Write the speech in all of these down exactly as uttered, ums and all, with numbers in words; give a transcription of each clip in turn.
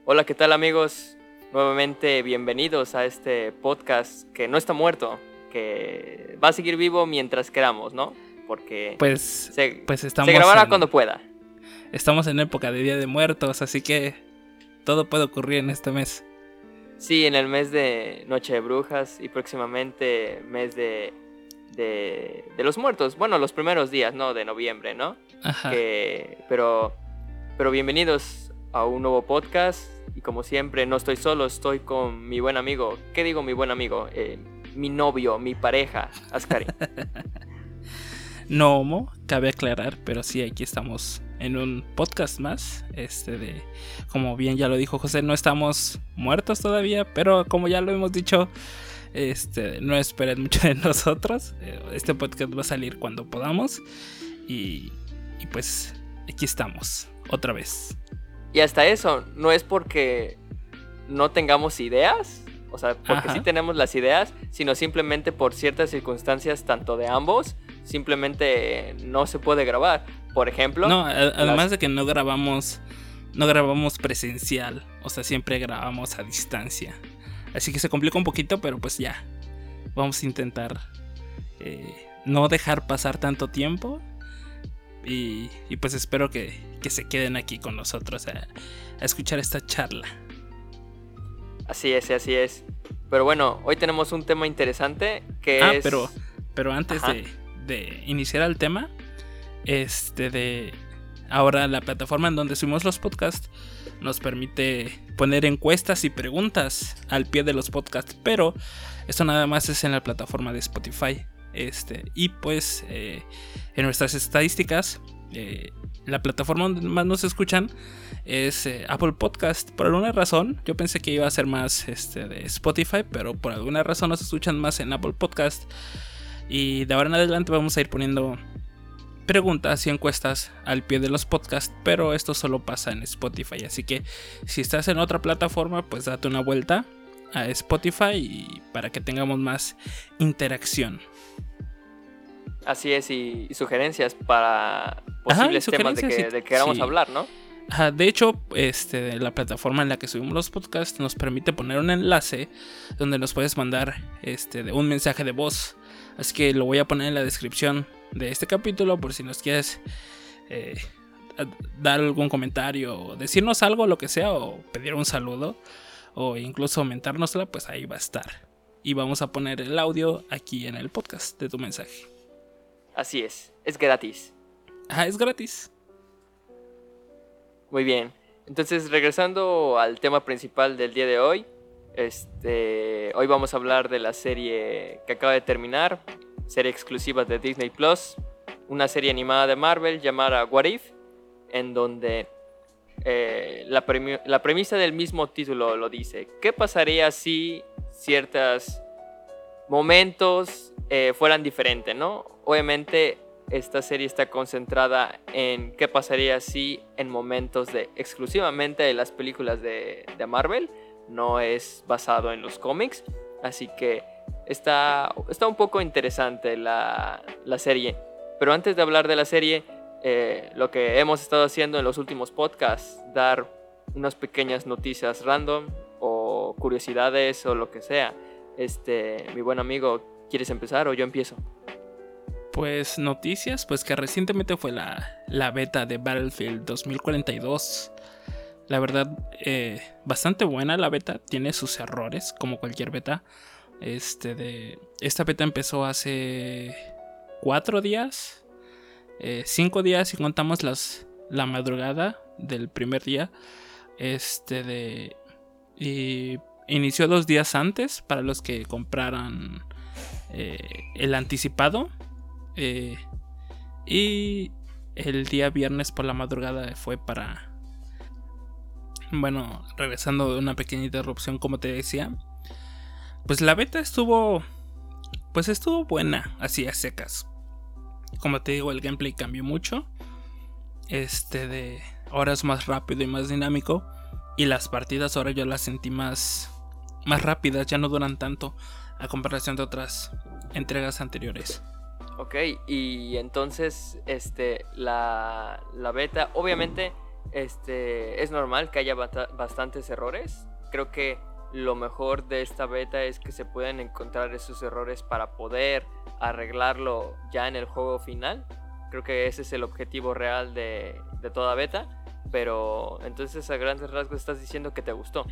Hola, ¿qué tal amigos? Nuevamente bienvenidos a este podcast que no está muerto, que va a seguir vivo mientras queramos, ¿no? Porque Pues, se, pues se estamos grabará en, cuando pueda. estamos en época de Día de Muertos, así que todo puede ocurrir en este mes. Sí, en el mes de Noche de Brujas y próximamente mes de, de, de los muertos. Bueno, los primeros días, ¿no? De noviembre, ¿no? Ajá. Que, pero, pero bienvenidos a un nuevo podcast. Y como siempre, no estoy solo, estoy con mi buen amigo. ¿Qué digo mi buen amigo? Eh, mi novio, mi pareja, Ascari. No homo, cabe aclarar, pero sí, aquí estamos en un podcast más. Este de, como bien ya lo dijo José, no estamos muertos todavía, pero como ya lo hemos dicho, este, no esperen mucho de nosotros. Este podcast va a salir cuando podamos. Y, y pues aquí estamos, otra vez. Y hasta eso, no es porque no tengamos ideas, o sea, porque Ajá. sí tenemos las ideas, sino simplemente por ciertas circunstancias, tanto de ambos, simplemente no se puede grabar. Por ejemplo, No, a- además las... de que no grabamos, no grabamos presencial, o sea, siempre grabamos a distancia. Así que se complica un poquito, pero pues ya, vamos a intentar eh, no dejar pasar tanto tiempo. Y, y pues espero que, que se queden aquí con nosotros a, a escuchar esta charla. Así es, así es. Pero bueno, hoy tenemos un tema interesante que Ah, es... pero, pero antes Ajá. de, de iniciar el tema, este de ahora la plataforma en donde subimos los podcasts nos permite poner encuestas y preguntas al pie de los podcasts, pero esto nada más es en la plataforma de Spotify. Este, y pues eh, en nuestras estadísticas, eh, la plataforma donde más nos escuchan es eh, Apple Podcast. Por alguna razón, yo pensé que iba a ser más este, de Spotify, pero por alguna razón nos escuchan más en Apple Podcast. Y de ahora en adelante vamos a ir poniendo preguntas y encuestas al pie de los podcasts, pero esto solo pasa en Spotify. Así que si estás en otra plataforma, pues date una vuelta a Spotify y para que tengamos más interacción. Así es, y, y sugerencias para Ajá, posibles temas de que, sí, de que queramos sí. hablar, ¿no? Ajá, de hecho, este, la plataforma en la que subimos los podcasts nos permite poner un enlace donde nos puedes mandar este, un mensaje de voz. Así que lo voy a poner en la descripción de este capítulo por si nos quieres eh, dar algún comentario o decirnos algo, lo que sea, o pedir un saludo o incluso aumentárnosla, pues ahí va a estar. Y vamos a poner el audio aquí en el podcast de tu mensaje. Así es, es gratis. Ajá, es gratis. Muy bien, entonces regresando al tema principal del día de hoy, este, hoy vamos a hablar de la serie que acaba de terminar, serie exclusiva de Disney Plus, una serie animada de Marvel llamada What If, en donde eh, la, premi- la premisa del mismo título lo dice. ¿Qué pasaría si ciertos momentos eh, fueran diferentes, ¿no? Obviamente esta serie está concentrada en qué pasaría si en momentos de exclusivamente de las películas de, de Marvel, no es basado en los cómics, así que está, está un poco interesante la, la serie. Pero antes de hablar de la serie, eh, lo que hemos estado haciendo en los últimos podcasts, dar unas pequeñas noticias random o curiosidades o lo que sea. Este, mi buen amigo, ¿quieres empezar o yo empiezo? Pues noticias, pues que recientemente fue la, la beta de Battlefield dos mil cuarenta y dos. La verdad, eh, bastante buena la beta, tiene sus errores, como cualquier beta. Este de, esta beta empezó hace cuatro días, eh, cinco días si contamos las, la madrugada del primer día. Este de, y inició dos días antes para los que compraran eh, el anticipado. Eh, y el día viernes por la madrugada fue para... Bueno, regresando de una pequeña interrupción, como te decía, pues la beta estuvo... Pues estuvo buena, así a secas. Como te digo, el gameplay cambió mucho. Este de... Ahora es más rápido y más dinámico. Y las partidas ahora yo las sentí más... Más rápidas, ya no duran tanto a comparación de otras entregas anteriores. Ok, y entonces este, la, la beta, obviamente este, es normal que haya bata- bastantes errores. Creo que lo mejor de esta beta es que se pueden encontrar esos errores para poder arreglarlo ya en el juego final. Creo que ese es el objetivo real de, de toda beta. Pero entonces a grandes rasgos estás diciendo que te gustó.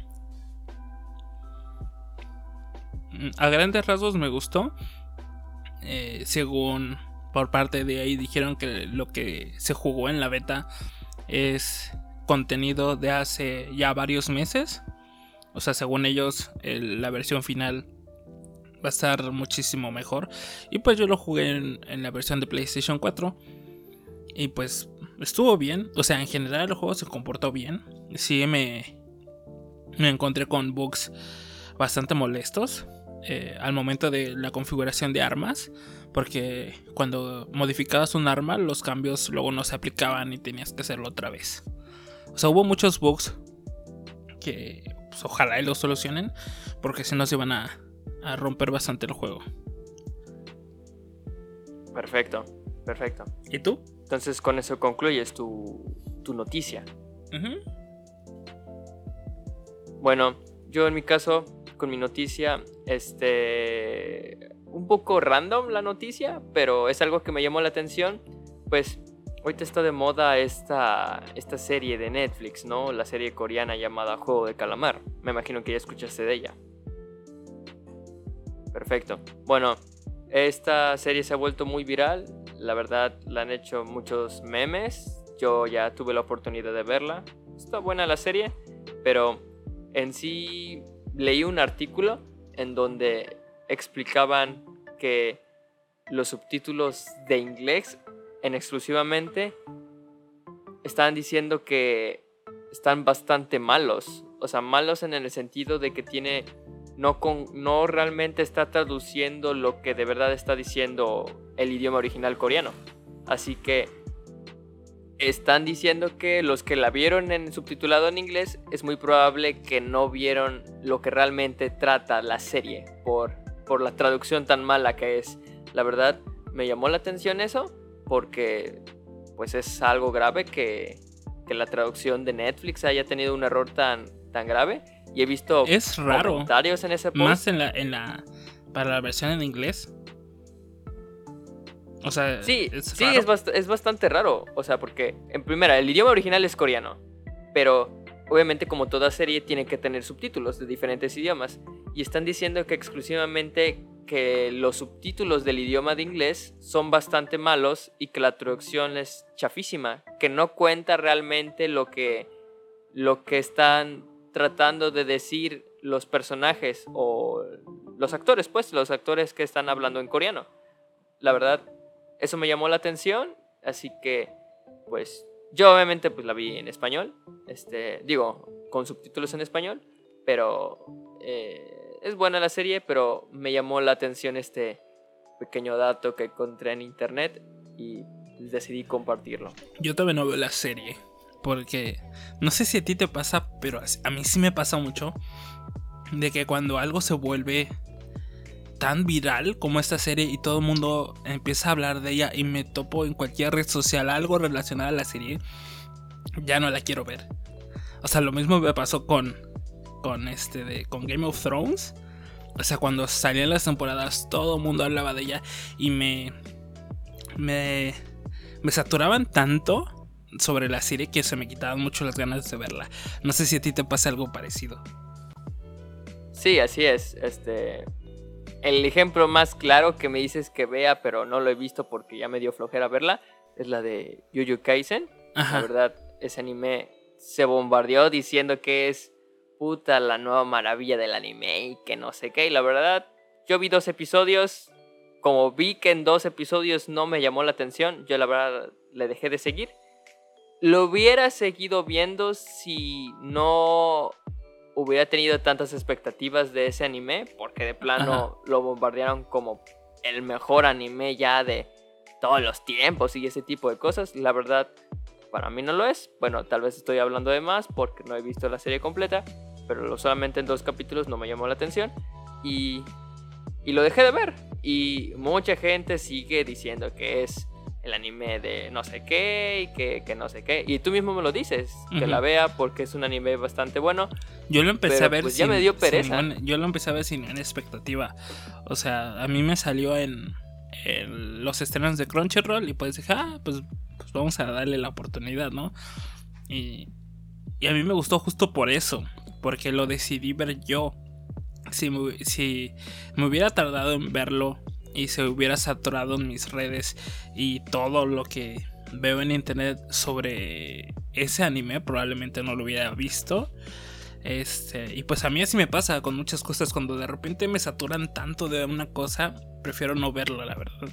A grandes rasgos me gustó. Eh, según por parte de ahí dijeron que lo que se jugó en la beta es contenido de hace ya varios meses. O sea, según ellos, el, la versión final va a estar muchísimo mejor. Y pues yo lo jugué en, en la versión de PlayStation cuatro. Y pues estuvo bien. O sea, en general el juego se comportó bien. Sí me, me encontré con bugs bastante molestos eh, al momento de la configuración de armas. Porque cuando modificabas un arma, los cambios luego no se aplicaban y tenías que hacerlo otra vez. O sea, hubo muchos bugs que pues, ojalá y los solucionen. Porque si no se van a, a romper bastante el juego. Perfecto, perfecto. ¿Y tú? Entonces con eso concluyes tu, tu noticia. Uh-huh. Bueno, yo en mi caso, con mi noticia, este... un poco random la noticia, pero es algo que me llamó la atención. Pues ahorita está de moda esta, esta serie de Netflix, ¿no? La serie coreana llamada Juego de Calamar. Me imagino que ya escuchaste de ella. Perfecto. Bueno, esta serie se ha vuelto muy viral. La verdad, la han hecho muchos memes. Yo ya tuve la oportunidad de verla. Está buena la serie, pero en sí leí un artículo en donde explicaban que los subtítulos de inglés en exclusivamente estaban diciendo que están bastante malos. O sea, malos en el sentido de que tiene... No, con, no realmente está traduciendo lo que de verdad está diciendo el idioma original coreano. Así que están diciendo que los que la vieron en subtitulado en inglés es muy probable que no vieron lo que realmente trata la serie por, por la traducción tan mala que es. La verdad me llamó la atención eso porque pues es algo grave que, que la traducción de Netflix haya tenido un error tan, tan grave. Y he visto es raro, comentarios en ese post. Más en la, en la para la versión en inglés. O sea, sí, es sí raro. es, bast- es bastante raro. O sea, porque en primera, el idioma original es coreano. Pero obviamente como toda serie tiene que tener subtítulos de diferentes idiomas. Y están diciendo que exclusivamente que los subtítulos del idioma de inglés son bastante malos y que la traducción es chafísima. Que no cuenta realmente lo que, lo que están tratando de decir los personajes o los actores, pues, los actores que están hablando en coreano. La verdad, eso me llamó la atención, así que, pues, yo obviamente pues la vi en español, este, digo, con subtítulos en español, pero eh, es buena la serie, pero me llamó la atención este pequeño dato que encontré en internet y decidí compartirlo. Yo todavía no veo la serie. Porque no sé si a ti te pasa, pero a mí sí me pasa mucho de que cuando algo se vuelve tan viral como esta serie y todo el mundo empieza a hablar de ella y me topo en cualquier red social algo relacionado a la serie, ya no la quiero ver. O sea, lo mismo me pasó con con este de con Game of Thrones. O sea, cuando salían las temporadas todo el mundo hablaba de ella y me me me saturaban tanto sobre la serie que se me quitaban mucho las ganas de verla. No sé si a ti te pasa algo parecido. Sí, así es. Este, el ejemplo más claro que me dices que vea, pero no lo he visto porque ya me dio flojera verla, es la de Jujutsu Kaisen. Ajá. La verdad, ese anime se bombardeó diciendo que es puta la nueva maravilla del anime y que no sé qué. Y la verdad, yo vi dos episodios. Como vi que en dos episodios no me llamó la atención, yo la verdad le dejé de seguir. Lo hubiera seguido viendo si no hubiera tenido tantas expectativas de ese anime, porque de plano Ajá. lo bombardearon como el mejor anime ya de todos los tiempos y ese tipo de cosas. La verdad, para mí no lo es. Bueno, tal vez estoy hablando de más porque no he visto la serie completa, pero solamente en dos capítulos no me llamó la atención y, y lo dejé de ver. Y mucha gente sigue diciendo que es el anime de no sé qué y que, que no sé qué. Y tú mismo me lo dices, que Ujú. la vea porque es un anime bastante bueno. Yo lo empecé Pero, a ver pues, sin, ya me dio sin pereza. ningún- yo lo empecé a ver sin ninguna expectativa. O sea, a mí me salió en, en los estrenos de Crunchyroll y pues dije, ah, pues, pues vamos a darle la oportunidad, ¿no? Y, y a mí me gustó justo por eso, porque lo decidí ver yo. Si me, si me hubiera tardado en verlo y se hubiera saturado en mis redes y todo lo que veo en internet sobre ese anime, probablemente no lo hubiera visto. Este, y pues a mí así me pasa con muchas cosas. Cuando de repente me saturan tanto de una cosa, prefiero no verlo, la verdad.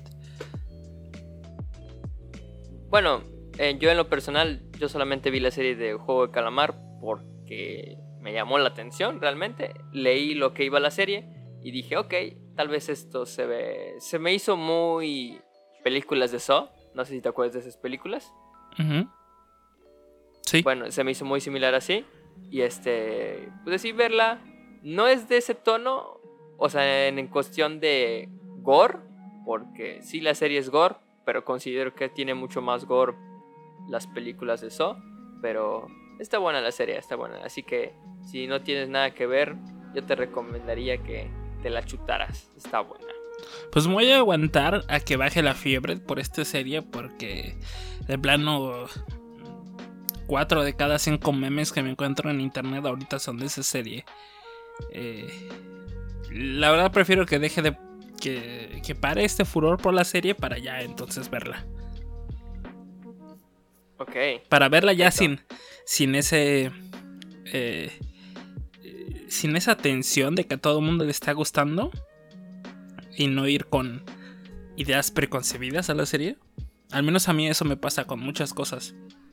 Bueno, eh, yo en lo personal, yo solamente vi la serie de Juego de Calamar porque me llamó la atención realmente. Leí lo que iba a la serie y dije, ok, tal vez esto se ve... Se me hizo muy películas de Saw. No sé si te acuerdas de esas películas. Uh-huh. Sí. Bueno, se me hizo muy similar así. Y este, pues decir, verla no es de ese tono, o sea, en, en cuestión de gore, porque sí la serie es gore, pero considero que tiene mucho más gore las películas de Saw. Pero está buena la serie, está buena. Así que si no tienes nada que ver, yo te recomendaría que te la chutaras. Está buena. Pues voy a aguantar a que baje la fiebre por esta serie, porque de plano cuatro de cada cinco memes que me encuentro en internet ahorita son de esa serie. Eh, la verdad prefiero que deje de... Que, que pare este furor por la serie para ya entonces verla. Ok. Para verla ya Perfecto. sin, sin ese... Eh, sin esa tensión de que a todo el mundo le está gustando. Y no ir con ideas preconcebidas a la serie. Al menos a mí eso me pasa con muchas cosas.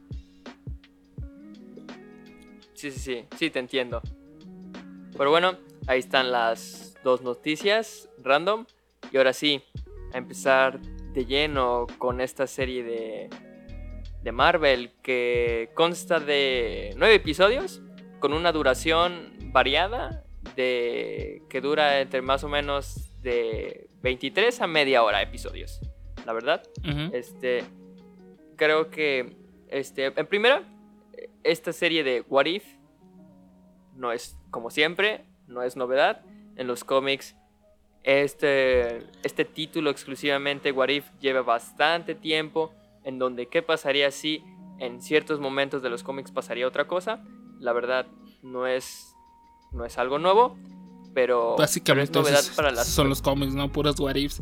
Sí, sí, sí, sí, te entiendo. Pero bueno, ahí están las dos noticias random. Y ahora sí, a empezar de lleno con esta serie de, de Marvel que consta de nueve episodios con una duración variada de que dura entre más o menos de veintitrés a media hora episodios, la verdad. Uh-huh. Este, creo que este, en primera, esta serie de What If no es, como siempre, no es novedad. En los cómics, este, este título exclusivamente, What If, lleva bastante tiempo. En donde, ¿qué pasaría si en ciertos momentos de los cómics pasaría otra cosa? La verdad, no es, no es algo nuevo, pero, Básicamente pero es novedad esos para las... son los cómics, ¿no? Puros what ifs.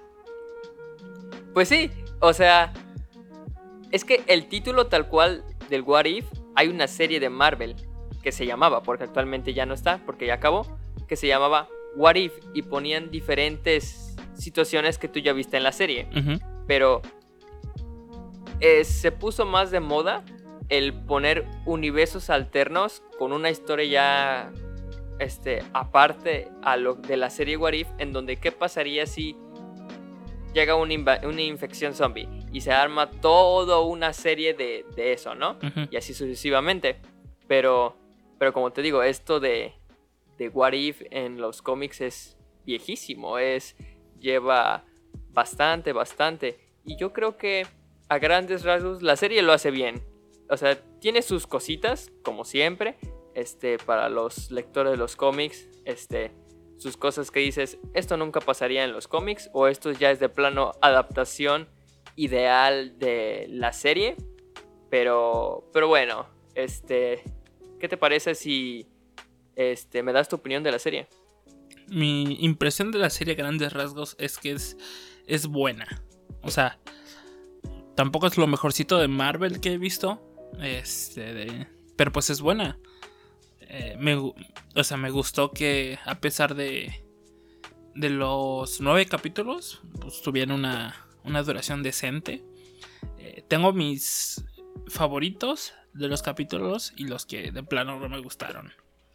Pues sí, o sea, es que el título tal cual del What If, hay una serie de Marvel que se llamaba, porque actualmente ya no está, porque ya acabó, que se llamaba What If, y ponían diferentes situaciones que tú ya viste en la serie. Uh-huh. Pero eh, se puso más de moda el poner universos alternos con una historia ya este, aparte a lo de la serie What If, en donde qué pasaría si llega una, inva- una infección zombie y se arma toda una serie de, de eso, ¿no? Uh-huh. Y así sucesivamente. Pero, pero como te digo, esto de, de What If en los cómics es viejísimo, es, lleva bastante, bastante. Y yo creo que a grandes rasgos la serie lo hace bien. O sea, tiene sus cositas, como siempre, este, para los lectores de los cómics, este, sus cosas que dices, esto nunca pasaría en los cómics, o esto ya es de plano adaptación ideal de la serie. Pero, pero bueno, este, ¿qué te parece si este, me das tu opinión de la serie? Mi impresión de la serie a grandes rasgos es que es, es buena. O sea, tampoco es lo mejorcito de Marvel que he visto. Este, de, pero pues es buena. Eh, me, o sea, me gustó que a pesar de, de los nueve capítulos, pues tuvieron una, una duración decente. Eh, tengo mis favoritos de los capítulos y los que de plano no me gustaron.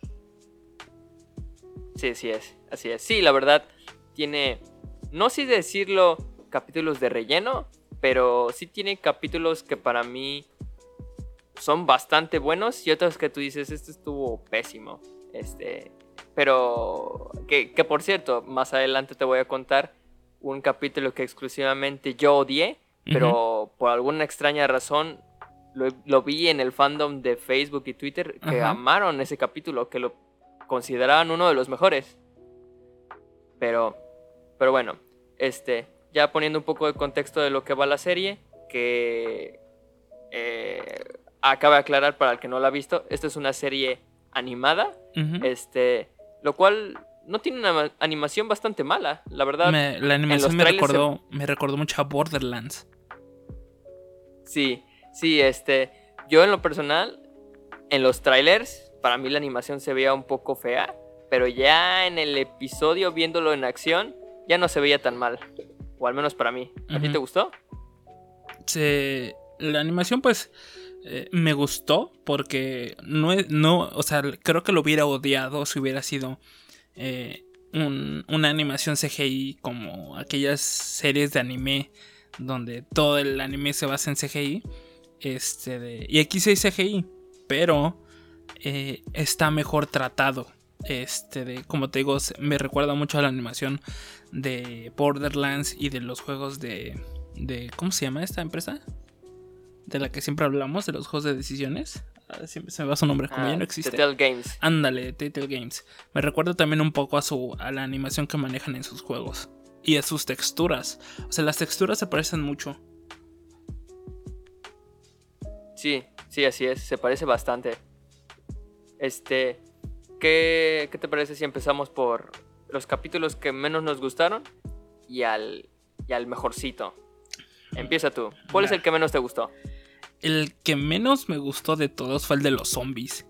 Sí, así es, así es. Sí, la verdad, tiene, no sé decirlo, capítulos de relleno, pero sí tiene capítulos que para mí son bastante buenos y otros que tú dices, este estuvo pésimo. Este, pero que, que por cierto, más adelante te voy a contar un capítulo que exclusivamente yo odié pero uh-huh. por alguna extraña razón lo, lo vi en el fandom de Facebook y Twitter que uh-huh. amaron ese capítulo, que lo consideraban uno de los mejores. Pero, pero bueno, este, ya poniendo un poco de contexto de lo que va la serie, que eh, acaba de aclarar para el que no la ha visto, esta es una serie animada, uh-huh. este, lo cual no tiene una animación bastante mala, la verdad. Me, la animación me recordó, se... me recordó mucho a Borderlands. Sí, sí, este, yo en lo personal, en los trailers, para mí la animación se veía un poco fea, pero ya en el episodio, viéndolo en acción, ya no se veía tan mal, o al menos para mí. ¿A uh-huh. ti te gustó? Sí, la animación pues eh, me gustó porque no, no, o sea, creo que lo hubiera odiado si hubiera sido eh, un, una animación C G I como aquellas series de anime donde todo el anime se basa en C G I. Este de, y aquí sí hay C G I, pero eh, está mejor tratado. Este de, como te digo, me recuerda mucho a la animación de Borderlands y de los juegos de, de ¿cómo se llama esta empresa? De la que siempre hablamos, de los juegos de decisiones. Siempre se me va su nombre, como ah, ya no existe. Telltale Games. Ándale, Telltale Games. Me recuerda también un poco a su a la animación que manejan en sus juegos y a sus texturas. O sea, las texturas se parecen mucho. Sí, sí, así es, se parece bastante. Este, ¿qué, qué te parece si empezamos por los capítulos que menos nos gustaron y al, y al mejorcito? Empieza tú. ¿Cuál nah. es el que menos te gustó? El que menos me gustó de todos fue el de los zombies.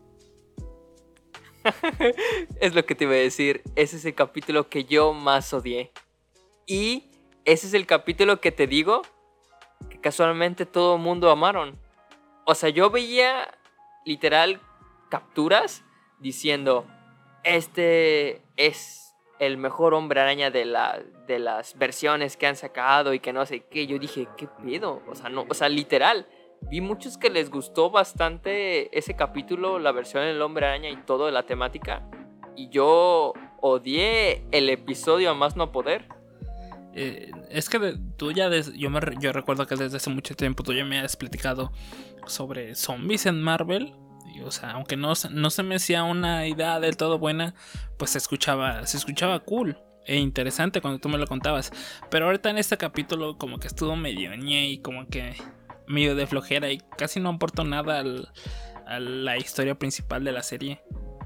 Es lo que te iba a decir. Ese es el capítulo que yo más odié. Y ese es el capítulo que te digo que casualmente todo el mundo amaron. O sea, yo veía literal capturas diciendo: este es el mejor Hombre Araña de, la, de las versiones que han sacado y que no sé qué. Yo dije, ¿qué pedo? O sea, no, o sea, literal. Vi muchos que les gustó bastante ese capítulo, la versión del Hombre Araña y todo de la temática. Y yo odié el episodio a más no poder. Eh, es que de, tú ya, des, yo, me, yo recuerdo que desde hace mucho tiempo tú ya me has platicado sobre zombies en Marvel. Y, o sea, aunque no, no se me hacía una idea del todo buena, pues se escuchaba, se escuchaba cool e interesante cuando tú me lo contabas. Pero ahorita en este capítulo como que estuvo medio ñe y como que medio de flojera y casi no aportó nada al, a la historia principal de la serie.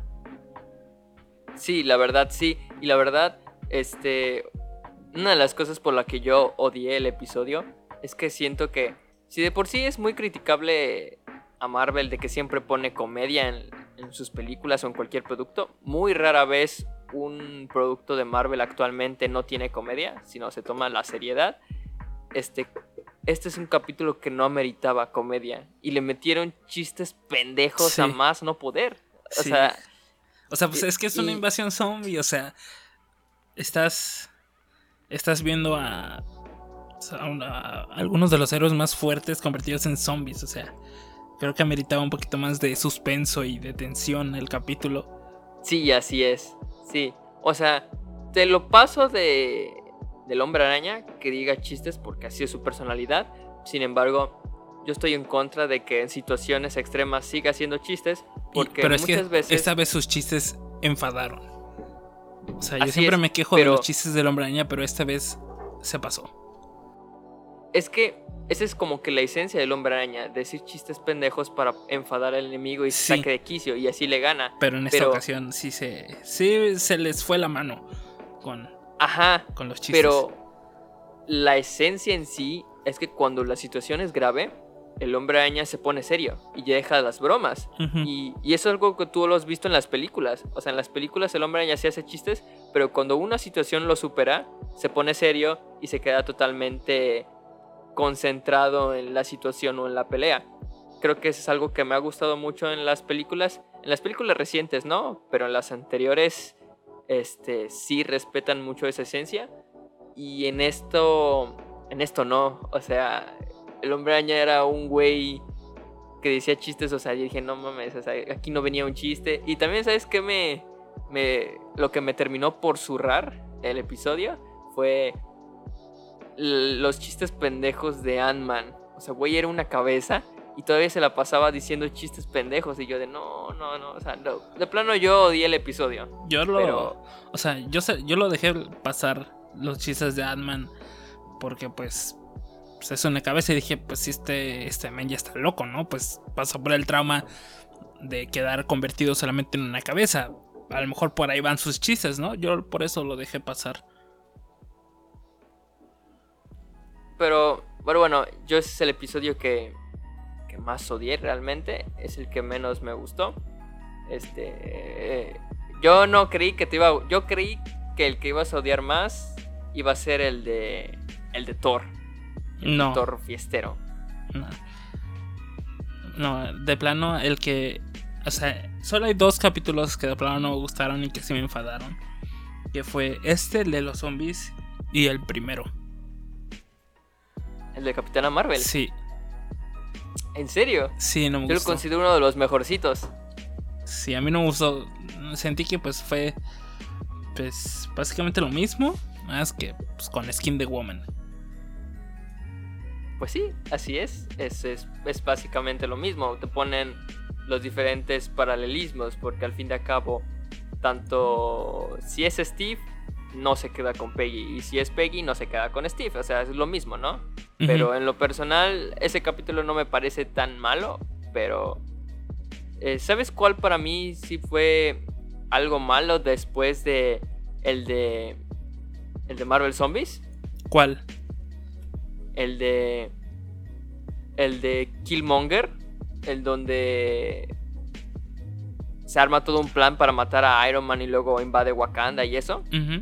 Sí, la verdad sí. Y la verdad, este, una de las cosas por la que yo odié el episodio es que siento que, si de por sí es muy criticable a Marvel de que siempre pone comedia en, en sus películas o en cualquier producto, muy rara vez un producto de Marvel actualmente no tiene comedia, sino se toma la seriedad. Este... Este es un capítulo que no ameritaba comedia y le metieron chistes pendejos sí. a más no poder. O sí. sea, o sea, pues y, es que es una y... invasión zombie. O sea, estás, estás viendo a, a, una, a algunos de los héroes más fuertes convertidos en zombies. O sea, creo que ameritaba un poquito más de suspenso y de tensión el capítulo. Sí, así es. Sí, o sea, te lo paso de... del Hombre Araña que diga chistes porque así es su personalidad. Sin embargo, yo estoy en contra de que en situaciones extremas siga haciendo chistes porque y, pero muchas es que veces esta vez sus chistes enfadaron. O sea, yo así siempre es, me quejo pero... de los chistes del Hombre Araña, pero esta vez se pasó. Es que esa es como que la esencia del Hombre Araña, decir chistes pendejos para enfadar al enemigo y sí. saque de quicio y así le gana. Pero en esta pero... ocasión sí se, sí se les fue la mano con, Ajá, con los chistes. Pero la esencia en sí es que cuando la situación es grave, el Hombre Araña se pone serio y deja las bromas. Uh-huh. Y, y eso es algo que tú lo has visto en las películas. O sea, en las películas el Hombre Araña sí hace chistes, pero cuando una situación lo supera, se pone serio y se queda totalmente concentrado en la situación o en la pelea. Creo que eso es algo que me ha gustado mucho en las películas. En las películas recientes, ¿no? Pero en las anteriores, este, sí respetan mucho esa esencia. Y en esto, en esto no. O sea, el Hombre Araña era un güey que decía chistes. O sea, yo dije, no mames, o sea, aquí no venía un chiste. Y también, ¿sabes qué? Me, me, lo que me terminó por zurrar el episodio fue l- los chistes pendejos de Ant-Man. O sea, güey, era una cabeza y todavía se la pasaba diciendo chistes pendejos. Y yo de no, no, no. O sea, no. De plano yo odié el episodio. Yo lo. Pero... O sea, yo, sé- yo lo dejé pasar los chistes de Ant-Man porque, pues. Pues es una cabeza y dije, pues si este, este men ya está loco, ¿no? Pues pasó por el trauma de quedar convertido solamente en una cabeza. A lo mejor por ahí van sus chistes, ¿no? Yo por eso lo dejé pasar. Pero, bueno, bueno, yo ese es el episodio que, que más odié realmente. Es el que menos me gustó. Este... eh, yo no creí que te iba a... Yo creí que el que ibas a odiar más iba a ser el de... El de Thor. No. Thor fiestero. No. No, de plano, el que. O sea, solo hay dos capítulos que de plano no me gustaron y que sí me enfadaron. Que fue este, el de los zombies, y el primero. El de Capitana Marvel. Sí, ¿En serio? sí, no me Yo lo gustó. considero uno de los mejorcitos. Sí, a mí no me gustó. Sentí que pues fue. Pues básicamente lo mismo. Más que pues, con skin de woman. Pues sí, así es. Es, es. es básicamente lo mismo. Te ponen los diferentes paralelismos. Porque al fin de cabo, tanto si es Steve, no se queda con Peggy. Y si es Peggy, no se queda con Steve. O sea, es lo mismo, ¿no? Ujú. Pero en lo personal, ese capítulo no me parece tan malo. Pero... eh, ¿sabes cuál para mí sí fue algo malo después de... El de... El de Marvel Zombies? ¿Cuál? El de... El de Killmonger. El donde... Se arma todo un plan para matar a Iron Man y luego invade Wakanda y eso. Ujú.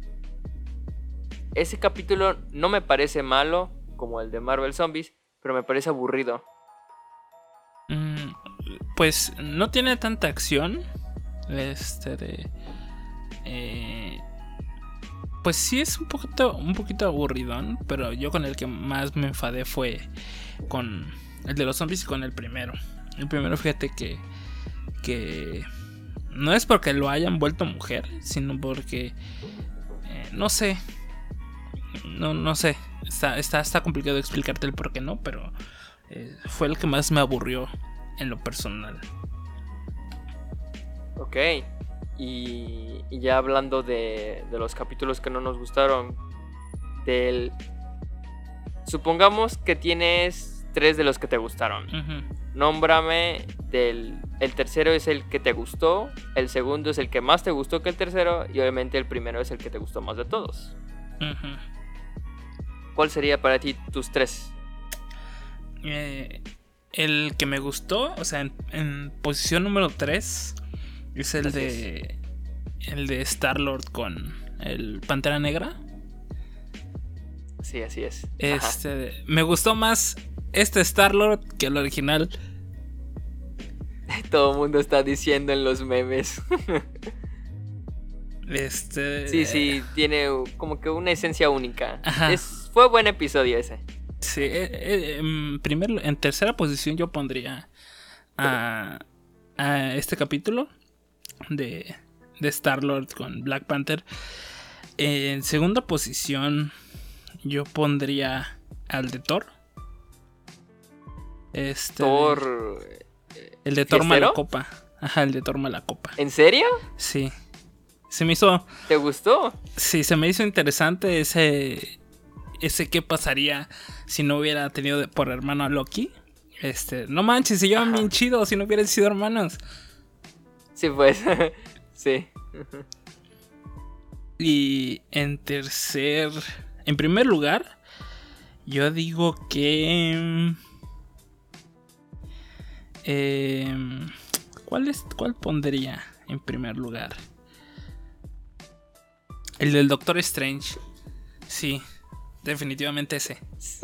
Ese capítulo no me parece malo como el de Marvel Zombies, pero me parece aburrido. Mm, Pues no tiene tanta acción. Este de. eh, Pues sí es un poquito, un poquito aburridón. Pero yo con el que más me enfadé fue con el de los zombies y con el primero. El primero, fíjate que. Que. No es porque lo hayan vuelto mujer, sino porque. eh, no sé. No, no sé. Está, está, está complicado explicarte el por qué no, pero. eh, fue el que más me aburrió en lo personal. Ok. Y, y ya hablando de, de los capítulos que no nos gustaron. Del... Supongamos que tienes tres de los que te gustaron. Ujú. Nómbrame del... El tercero es el que te gustó. El segundo es el que más te gustó que el tercero. Y obviamente el primero es el que te gustó más de todos. Ujú. ¿Cuál sería para ti tus tres? Eh, el que me gustó, o sea, en, en posición número tres es el Así de el de Star-Lord con el Pantera Negra. Sí, así es. Ajá. Este, me gustó más este Star-Lord que el original. Todo el mundo está diciendo en los memes. Este, Sí, sí, tiene como que una esencia única. Ajá. Es, fue buen episodio ese. Sí, eh, eh, en, primer, en tercera posición yo pondría a, a este capítulo de, de Star-Lord con Black Panther. En segunda posición yo pondría al de Thor. Este, Thor... el de Thor ¿Fiestero? Malacopa. Ajá, el de Thor Malacopa. ¿En serio? Sí. Se me hizo... ¿Te gustó? Sí, se me hizo interesante ese... Ese qué pasaría si no hubiera tenido de- por hermano a Loki. Este, no manches, se llevan Ajá. bien chido si no hubieran sido hermanos. Sí, pues. Sí. Y en tercer... En primer lugar, yo digo que... eh, ¿cuál, es, ¿Cuál pondría en primer lugar? El del Doctor Strange. Sí, definitivamente ese.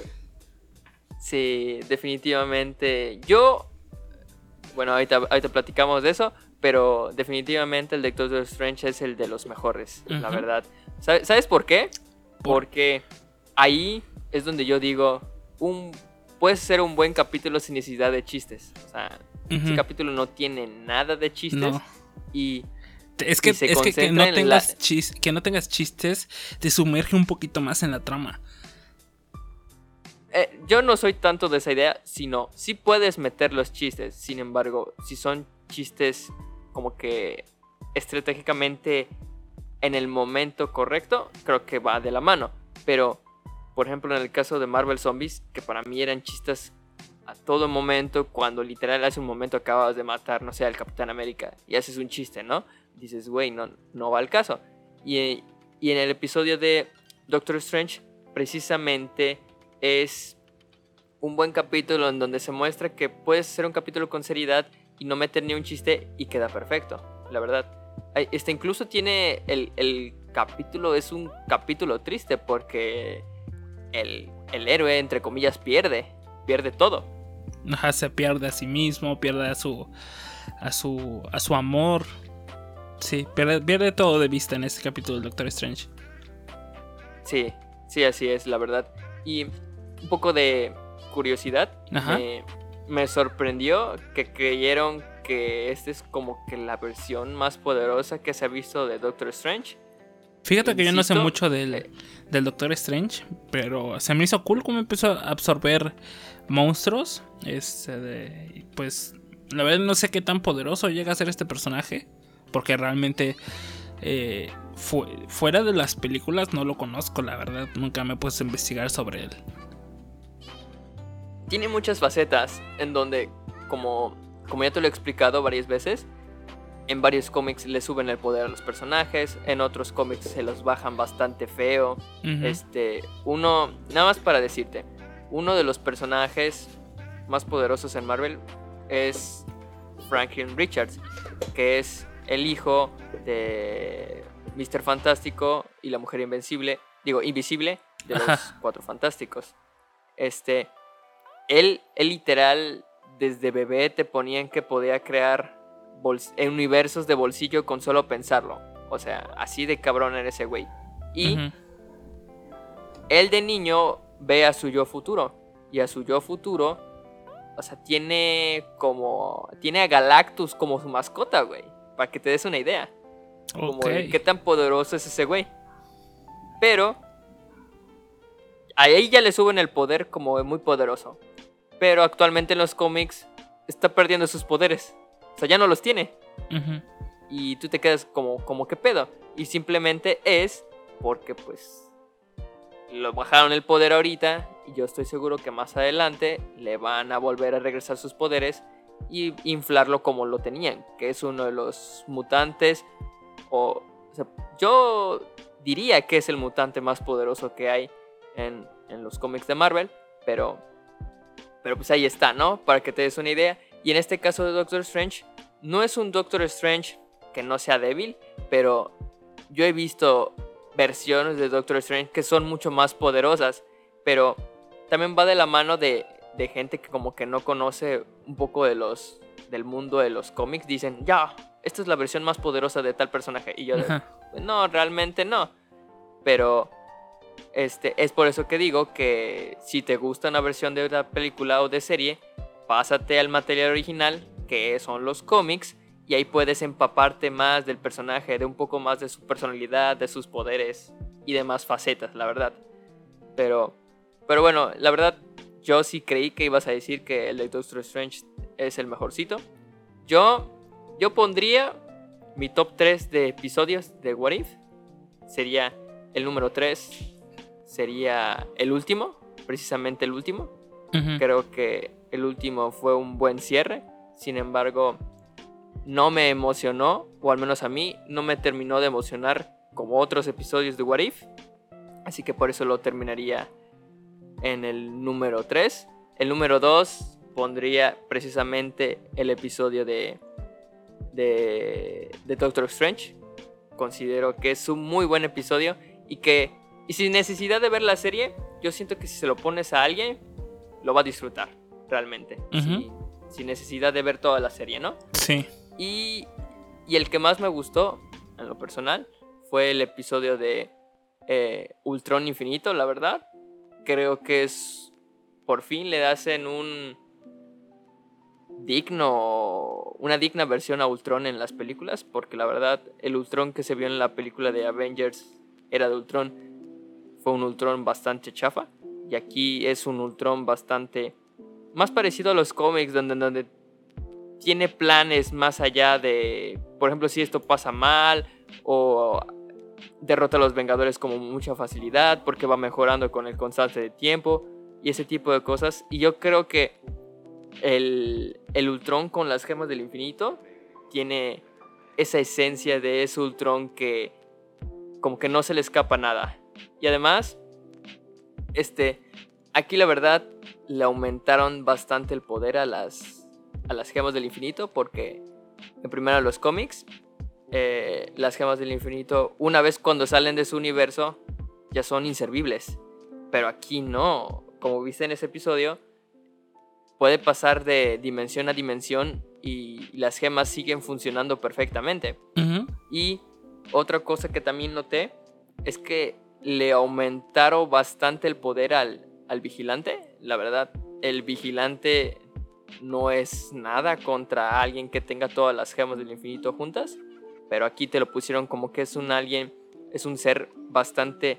Sí, definitivamente. Yo... Bueno, ahorita, ahorita platicamos de eso. Pero definitivamente el de Doctor Strange es el de los mejores, la Ujú. verdad. ¿Sabe- ¿Sabes por qué? Por- Porque ahí es donde yo digo... un Puede ser un buen capítulo sin necesidad de chistes. O sea, ese Ujú. capítulo no tiene nada de chistes. No. Y... Es que, Y se es que, que, concentra no en tengas la- chis- que no tengas chistes te sumerge un poquito más en la trama. eh, yo no soy tanto de esa idea, sino sí puedes meter los chistes. Sin embargo, si son chistes como que estratégicamente en el momento correcto, creo que va de la mano. Pero, por ejemplo, en el caso de Marvel Zombies, que para mí eran chistes a todo momento, cuando literal hace un momento acabas de matar, no sé, al Capitán América y haces un chiste, ¿no? Dices, güey, no, no va al caso. Y, y en el episodio de Doctor Strange, precisamente es un buen capítulo en donde se muestra que puedes hacer un capítulo con seriedad y no meter ni un chiste y queda perfecto, la verdad. Este incluso tiene el, el capítulo, es un capítulo triste porque el, el héroe, entre comillas, pierde, pierde todo. Ajá, se pierde a sí mismo, pierde a su a su a su amor. Sí, pierde, pierde todo de vista en este capítulo del Doctor Strange. Sí, sí, así es, la verdad. Y un poco de curiosidad, me, me sorprendió que creyeron que esta es como que la versión más poderosa que se ha visto de Doctor Strange. Fíjate Insisto, que yo no sé mucho del, eh, del Doctor Strange, pero se me hizo cool cómo empezó a absorber monstruos. Este de, pues la verdad no sé qué tan poderoso llega a ser este personaje, porque realmente eh, fu- fuera de las películas no lo conozco, la verdad. Nunca me he puesto a investigar sobre él. Tiene muchas facetas en donde, como, como ya te lo he explicado varias veces, en varios cómics le suben el poder a los personajes, en otros cómics se los bajan bastante feo. Uh-huh. Este, uno, nada más para decirte, uno de los personajes más poderosos en Marvel es Franklin Richards, que es el hijo de míster Fantástico y la Mujer Invencible, digo, invisible, de los Ajá. Cuatro Fantásticos. Este, él, él literal, desde bebé te ponían que podía crear Bols- en universos de bolsillo con solo pensarlo. O sea, así de cabrón era ese güey. Y uh-huh. él de niño ve a su yo futuro. Y a su yo futuro, o sea, tiene como... Tiene a Galactus como su mascota, güey. Para que te des una idea. Okay. Como de qué tan poderoso es ese güey. Pero a ahí ya le suben el poder como muy poderoso. Pero actualmente en los cómics está perdiendo sus poderes. O sea, ya no los tiene. Uh-huh. Y tú te quedas como, como ¿qué pedo? Y simplemente es porque pues lo bajaron el poder ahorita. Y yo estoy seguro que más adelante le van a volver a regresar sus poderes y inflarlo como lo tenían. Que es uno de los mutantes. O, o sea, yo diría que es el mutante más poderoso que hay en, en los cómics de Marvel. Pero, pero pues ahí está, ¿no? Para que te des una idea. Y en este caso de Doctor Strange, no es un Doctor Strange que no sea débil, pero yo he visto versiones de Doctor Strange que son mucho más poderosas, pero también va de la mano de, de gente que como que no conoce un poco de los, del mundo de los cómics. Dicen, ya, esta es la versión más poderosa de tal personaje. Y yo, pues no, realmente no. Pero este, es por eso que digo que si te gusta una versión de una película o de serie, pásate al material original, que son los cómics, y ahí puedes empaparte más del personaje, de un poco más de su personalidad, de sus poderes y demás facetas, la verdad. Pero, pero bueno, la verdad, yo sí creí que ibas a decir que el de Doctor Strange es el mejorcito. Yo, yo pondría mi top tres de episodios de What If. Sería el número tres, sería el último, precisamente el último. Uh-huh. Creo que el último fue un buen cierre. Sin embargo, no me emocionó, o al menos a mí, no me terminó de emocionar como otros episodios de What If. Así que por eso lo terminaría en el número tres. El número dos pondría precisamente el episodio de, de, de Doctor Strange. Considero que es un muy buen episodio y que, y sin necesidad de ver la serie, yo siento que si se lo pones a alguien, lo va a disfrutar, realmente. Uh-huh. Sí, sin necesidad de ver toda la serie, ¿no? Sí. Y, y el que más me gustó, en lo personal, fue el episodio de eh, Ultron Infinito, la verdad. Creo que es... Por fin le hacen un digno... Una digna versión a Ultron en las películas. Porque la verdad, el Ultron que se vio en la película de Avengers Era de Ultron fue un Ultron bastante chafa. Y aquí es un Ultron bastante más parecido a los cómics, donde, donde tiene planes más allá de, por ejemplo, si esto pasa mal o derrota a los Vengadores con mucha facilidad porque va mejorando con el constante de tiempo y ese tipo de cosas. Y yo creo que el, el Ultron con las gemas del infinito tiene esa esencia de ese Ultron que como que no se le escapa nada. Y además, este, aquí la verdad le aumentaron bastante el poder a las, a las gemas del infinito, porque en primero los cómics, eh, las gemas del infinito, una vez cuando salen de su universo, ya son inservibles. Pero aquí no, como viste en ese episodio, puede pasar de dimensión a dimensión y las gemas siguen funcionando perfectamente. Uh-huh. Y otra cosa que también noté es que le aumentaron bastante el poder al, al vigilante. La verdad, el vigilante no es nada contra alguien que tenga todas las gemas del infinito juntas, pero aquí te lo pusieron como que es un alguien, es un ser bastante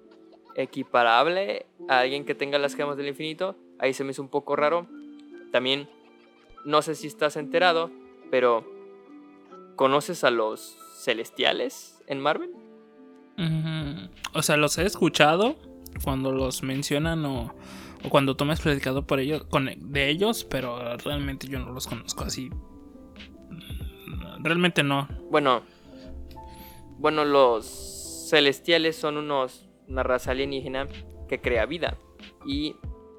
equiparable a alguien que tenga las gemas del infinito. Ahí se me hizo un poco raro. También, no sé si estás enterado, pero ¿conoces a los Celestiales en Marvel? Uh-huh. O sea, los he escuchado cuando los mencionan o, o cuando tú me has platicado por ellos, con, de ellos, pero realmente yo no los conozco así. Realmente no. Bueno, bueno, los Celestiales son unos, una raza alienígena que crea vida. Y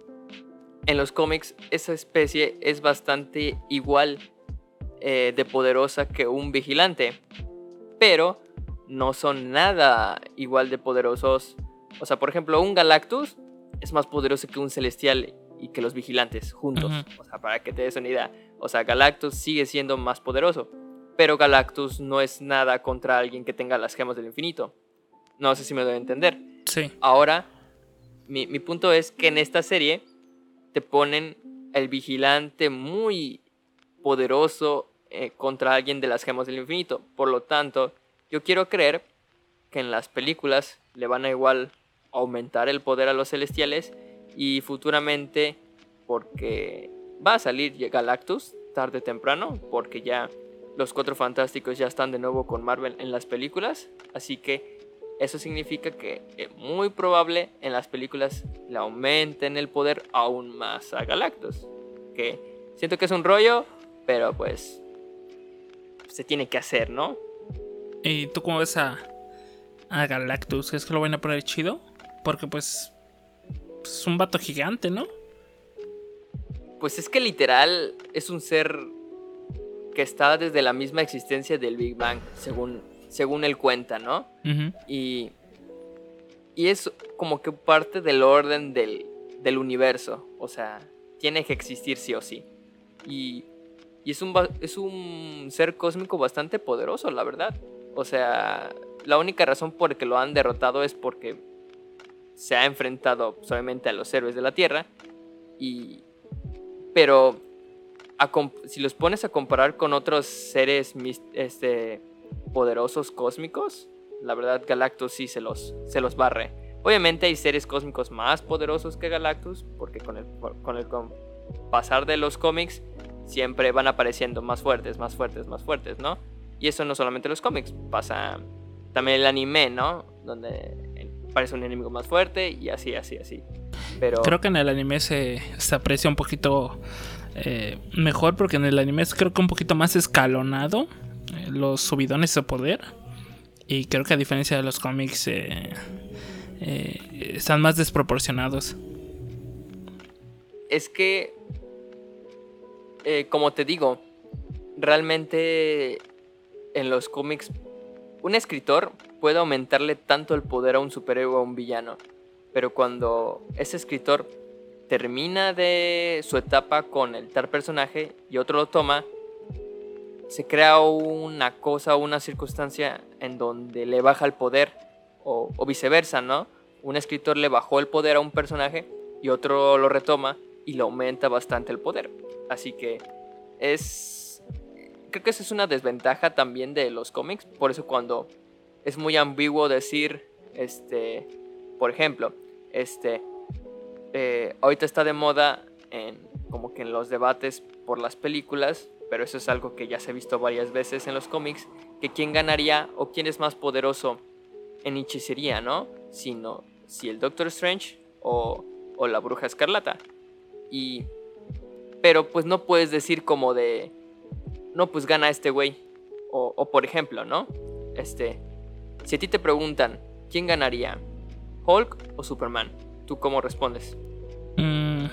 en los cómics esa especie es bastante igual eh, de poderosa que un vigilante, pero no son nada igual de poderosos. O sea, por ejemplo, un Galactus es más poderoso que un Celestial y que los vigilantes juntos. Uh-huh. O sea, para que te des una idea. O sea, Galactus sigue siendo más poderoso, pero Galactus no es nada contra alguien que tenga las gemas del infinito. No sé si me doy a entender. Sí. Ahora, mi, mi punto es que en esta serie te ponen el vigilante muy poderoso eh, contra alguien de las gemas del infinito. Por lo tanto, yo quiero creer que en las películas le van a igual aumentar el poder a los Celestiales y futuramente, porque va a salir Galactus tarde o temprano, porque ya los Cuatro Fantásticos ya están de nuevo con Marvel en las películas, así que eso significa que es muy probable en las películas le aumenten el poder aún más a Galactus, que siento que es un rollo, pero pues se tiene que hacer, ¿no? ¿Y tú cómo ves a, a Galactus? ¿Es que lo van a poner chido? Porque pues es un vato gigante, ¿no? Pues es que literal es un ser que está desde la misma existencia del Big Bang, según, según él cuenta, ¿no? Uh-huh. Y, y es como que parte del orden del, del universo. O sea, tiene que existir sí o sí. Y, y es, un, es un ser cósmico bastante poderoso, la verdad. O sea, la única razón por la que lo han derrotado es porque se ha enfrentado solamente a los héroes de la Tierra. Y, pero a comp- si los pones a comparar con otros seres este, poderosos cósmicos, la verdad Galactus sí se los, se los barre. Obviamente hay seres cósmicos más poderosos que Galactus, porque con el, con el con pasar de los cómics siempre van apareciendo más fuertes, más fuertes, más fuertes, ¿no? Y eso no solamente en los cómics, pasa también en el anime, ¿no? Donde aparece un enemigo más fuerte y así, así, así. Pero creo que en el anime se, se aprecia un poquito eh, mejor, porque en el anime es creo que un poquito más escalonado eh, los subidones de poder, y creo que a diferencia de los cómics eh, eh, están más desproporcionados. Es que eh, como te digo, realmente en los cómics un escritor puede aumentarle tanto el poder a un superhéroe o a un villano, pero cuando ese escritor termina de su etapa con el tal personaje y otro lo toma, se crea una cosa o una circunstancia en donde le baja el poder, o, o viceversa, ¿no? Un escritor le bajó el poder a un personaje y otro lo retoma y le aumenta bastante el poder. Así que es... creo que esa es una desventaja también de los cómics. Por eso cuando es muy ambiguo decir, este, por ejemplo, este, eh, ahorita está de moda en, como que en los debates por las películas, pero eso es algo que ya se ha visto varias veces en los cómics, que quién ganaría o quién es más poderoso en hechicería, ¿no? Sino si el Doctor Strange o, o la Bruja Escarlata. Y pero pues no puedes decir como de no, pues gana este güey. O, o por ejemplo, ¿no? Este, si a ti te preguntan ¿quién ganaría? ¿Hulk o Superman? ¿Tú cómo respondes? Mm,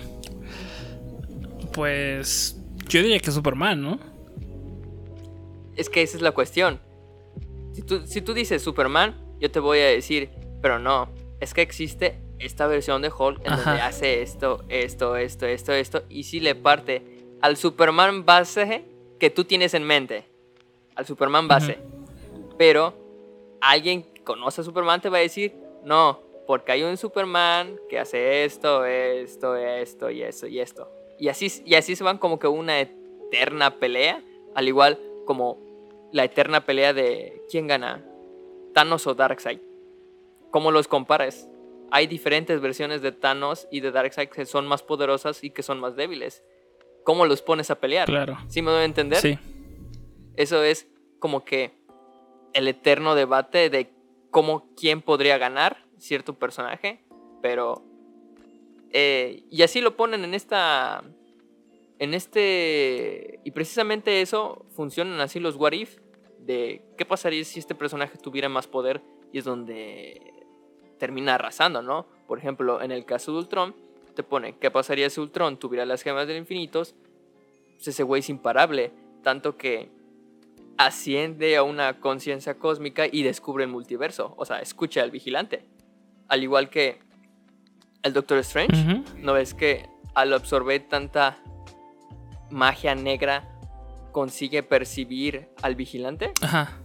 pues yo diría que Superman, ¿no? Es que esa es la cuestión. Si tú, si tú dices Superman, yo te voy a decir, pero no, es que existe esta versión de Hulk en Ajá. donde hace esto, esto, esto, esto, esto, y sí le parte al Superman base que tú tienes en mente, al Superman base. Uh-huh. Pero alguien que conoce a Superman te va a decir, no, porque hay un Superman que hace esto, esto, esto y esto y esto. Y así, y así se van como que una eterna pelea, al igual como la eterna pelea de quién gana, Thanos o Darkseid. ¿Cómo los comparas? Hay diferentes versiones de Thanos y de Darkseid que son más poderosas y que son más débiles. ¿Cómo los pones a pelear? Claro. ¿Sí me doy a entender? Sí. Eso es como que el eterno debate de cómo, quién podría ganar cierto personaje, pero eh, y así lo ponen en esta en este y precisamente eso funcionan así los what if de qué pasaría si este personaje tuviera más poder, y es donde termina arrasando, ¿no? Por ejemplo, en el caso de Ultron te pone qué pasaría si Ultron tuviera las gemas del infinito. Pues ese güey es imparable, tanto que asciende a una conciencia cósmica y descubre el multiverso, o sea, escucha al vigilante. Al igual que el Doctor Strange, uh-huh. ¿No ves que al absorber tanta magia negra consigue percibir al vigilante? Ajá.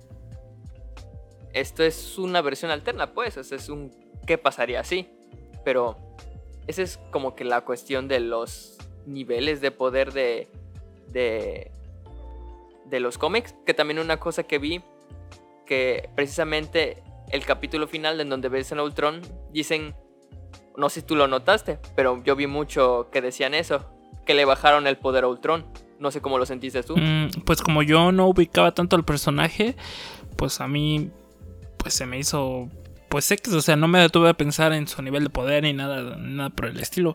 Esto es una versión alterna, pues, o sea, es un ¿qué pasaría así? Pero esa es como que la cuestión de los niveles de poder de de de los cómics, que también una cosa que vi, que precisamente el capítulo final en donde ves a Ultron, dicen, no sé si tú lo notaste, pero yo vi mucho que decían eso, que le bajaron el poder a Ultron. No sé cómo lo sentiste tú. Mm, pues como yo no ubicaba tanto al personaje, pues a mí pues se me hizo pues X, o sea, no me detuve a pensar en su nivel de poder ni nada, nada por el estilo.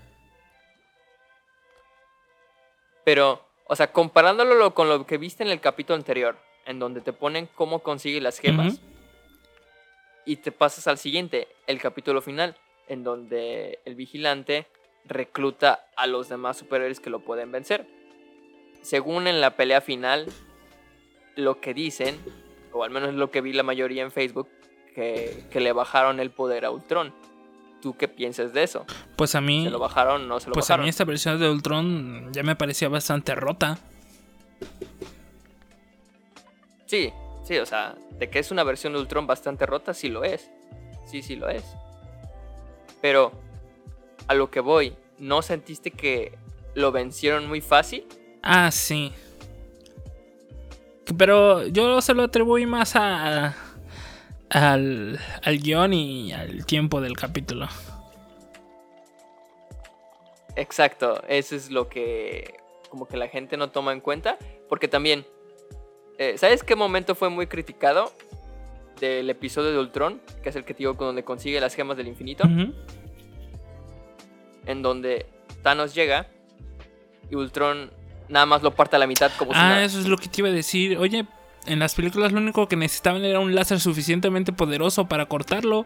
Pero, o sea, comparándolo con lo que viste en el capítulo anterior, en donde te ponen cómo consigue las gemas, uh-huh. Y te pasas al siguiente, el capítulo final, en donde el vigilante recluta a los demás superhéroes que lo pueden vencer. Según en la pelea final, lo que dicen, o al menos lo que vi la mayoría en Facebook, que, que le bajaron el poder a Ultron. ¿Tú qué piensas de eso? Pues a mí... ¿Se lo bajaron o no se lo pues bajaron? Pues a mí esta versión de Ultron ya me parecía bastante rota. Sí, sí, o sea, de que es una versión de Ultron bastante rota, sí lo es. Sí, sí lo es. Pero, a lo que voy, ¿no sentiste que lo vencieron muy fácil? Ah, sí. Pero yo se lo atribuí más a... Al, al guión y al tiempo del capítulo. Exacto, eso es lo que como que la gente no toma en cuenta. Porque también, eh, ¿sabes qué momento fue muy criticado del episodio de Ultron? Que es el que te digo, donde consigue las gemas del infinito. Uh-huh. En donde Thanos llega y Ultron nada más lo parte a la mitad como ah, si nada. Eso es lo que te iba a decir. Oye, en las películas lo único que necesitaban era un láser suficientemente poderoso para cortarlo.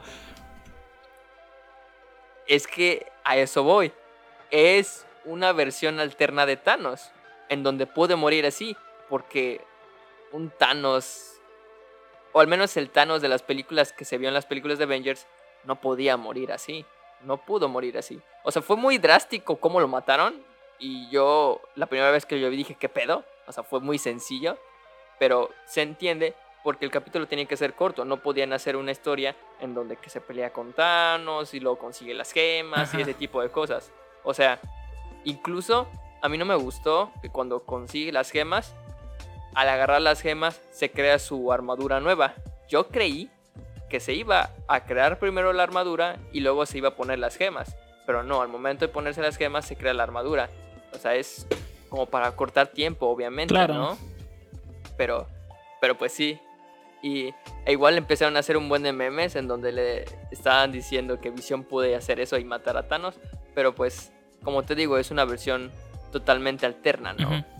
Es que a eso voy. Es una versión alterna de Thanos, en donde puede morir así, porque un Thanos, o al menos el Thanos de las películas que se vio en las películas de Avengers, no podía morir así. No pudo morir así. O sea, fue muy drástico cómo lo mataron. Y yo, la primera vez que yo vi, dije, ¿qué pedo? O sea, fue muy sencillo. Pero se entiende porque el capítulo tenía que ser corto. No podían hacer una historia en donde que se pelea con Thanos y luego consigue las gemas. Ajá. Y ese tipo de cosas. O sea, incluso a mí no me gustó que cuando consigue las gemas, al agarrar las gemas se crea su armadura nueva. Yo creí que se iba a crear primero la armadura y luego se iba a poner las gemas. Pero no, al momento de ponerse las gemas se crea la armadura. O sea, es como para cortar tiempo, obviamente, claro. ¿no? Pero, pero pues sí. Y e igual empezaron a hacer un buen de memes en donde le estaban diciendo que Visión puede hacer eso y matar a Thanos. Pero pues, como te digo, es una versión totalmente alterna, ¿no? Uh-huh.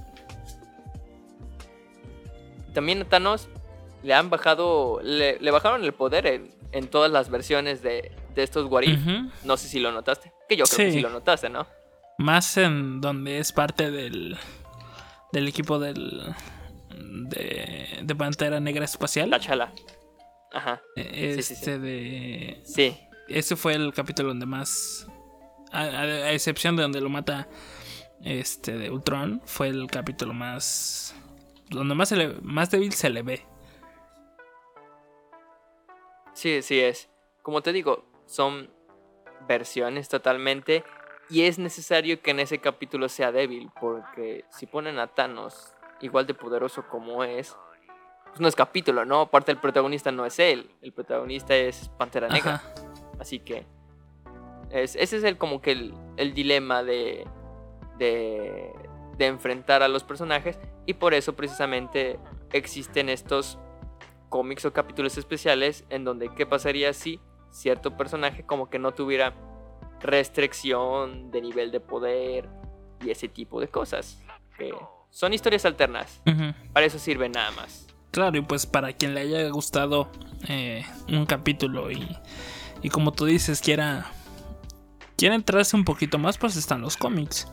También a Thanos le han bajado, le, le bajaron el poder en, en todas las versiones de, de estos What If. Uh-huh. No sé si lo notaste. Que yo creo sí. que sí lo notaste, ¿no? Más en donde es parte del, del equipo del de, de Pantera Negra Espacial. T'Challa. Ajá. Este sí, sí, sí. de... Sí. Ese fue el capítulo donde más... A, a, a excepción de donde lo mata este de Ultron, fue el capítulo más... Donde más, se le, más débil se le ve. Sí, sí es. Como te digo, son versiones totalmente. Y es necesario que en ese capítulo sea débil. Porque si ponen a Thanos igual de poderoso como es, pues no es capítulo, ¿no? Aparte el protagonista no es él. El protagonista es Pantera Negra. Ajá. Así que es, ese es el como que el, el dilema de, de, de enfrentar a los personajes. Y por eso precisamente existen estos cómics o capítulos especiales en donde qué pasaría si cierto personaje como que no tuviera restricción de nivel de poder y ese tipo de cosas. Que son historias alternas. Uh-huh. Para eso sirve nada más. Claro, y pues para quien le haya gustado eh, un capítulo y, y como tú dices, quiera, quiera entrarse un poquito más, pues están los cómics.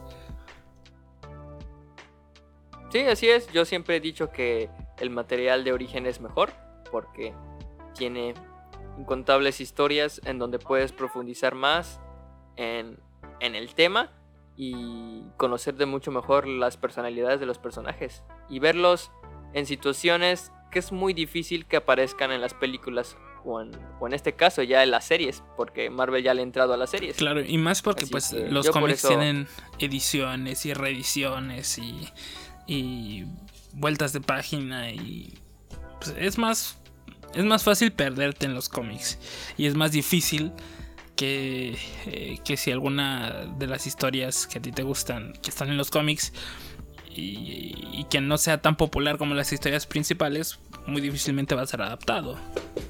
Sí, así es. Yo siempre he dicho que el material de origen es mejor porque tiene incontables historias en donde puedes profundizar más en, en el tema y conocer de mucho mejor las personalidades de los personajes y verlos en situaciones que es muy difícil que aparezcan en las películas o en, o en este caso ya en las series, porque Marvel ya le ha entrado a las series. Claro, y más porque Así pues que los yo por cómics eso- tienen ediciones y reediciones y, y vueltas de página y pues, es más es más fácil perderte en los cómics y es más difícil que, eh, que si alguna de las historias que a ti te gustan que están en los cómics y, y que no sea tan popular como las historias principales, muy difícilmente va a ser adaptado.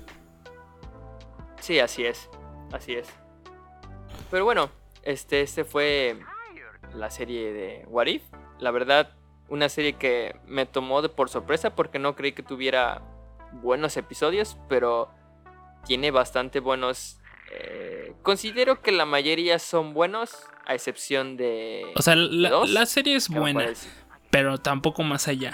Sí, así es, así es. Pero bueno, este, este fue la serie de What If. La verdad, una serie que me tomó de por sorpresa porque no creí que tuviera buenos episodios, pero tiene bastante buenos. Eh, considero que la mayoría son buenos, a excepción de. O sea, la, dos, la serie es que me buena, parece. pero tampoco más allá.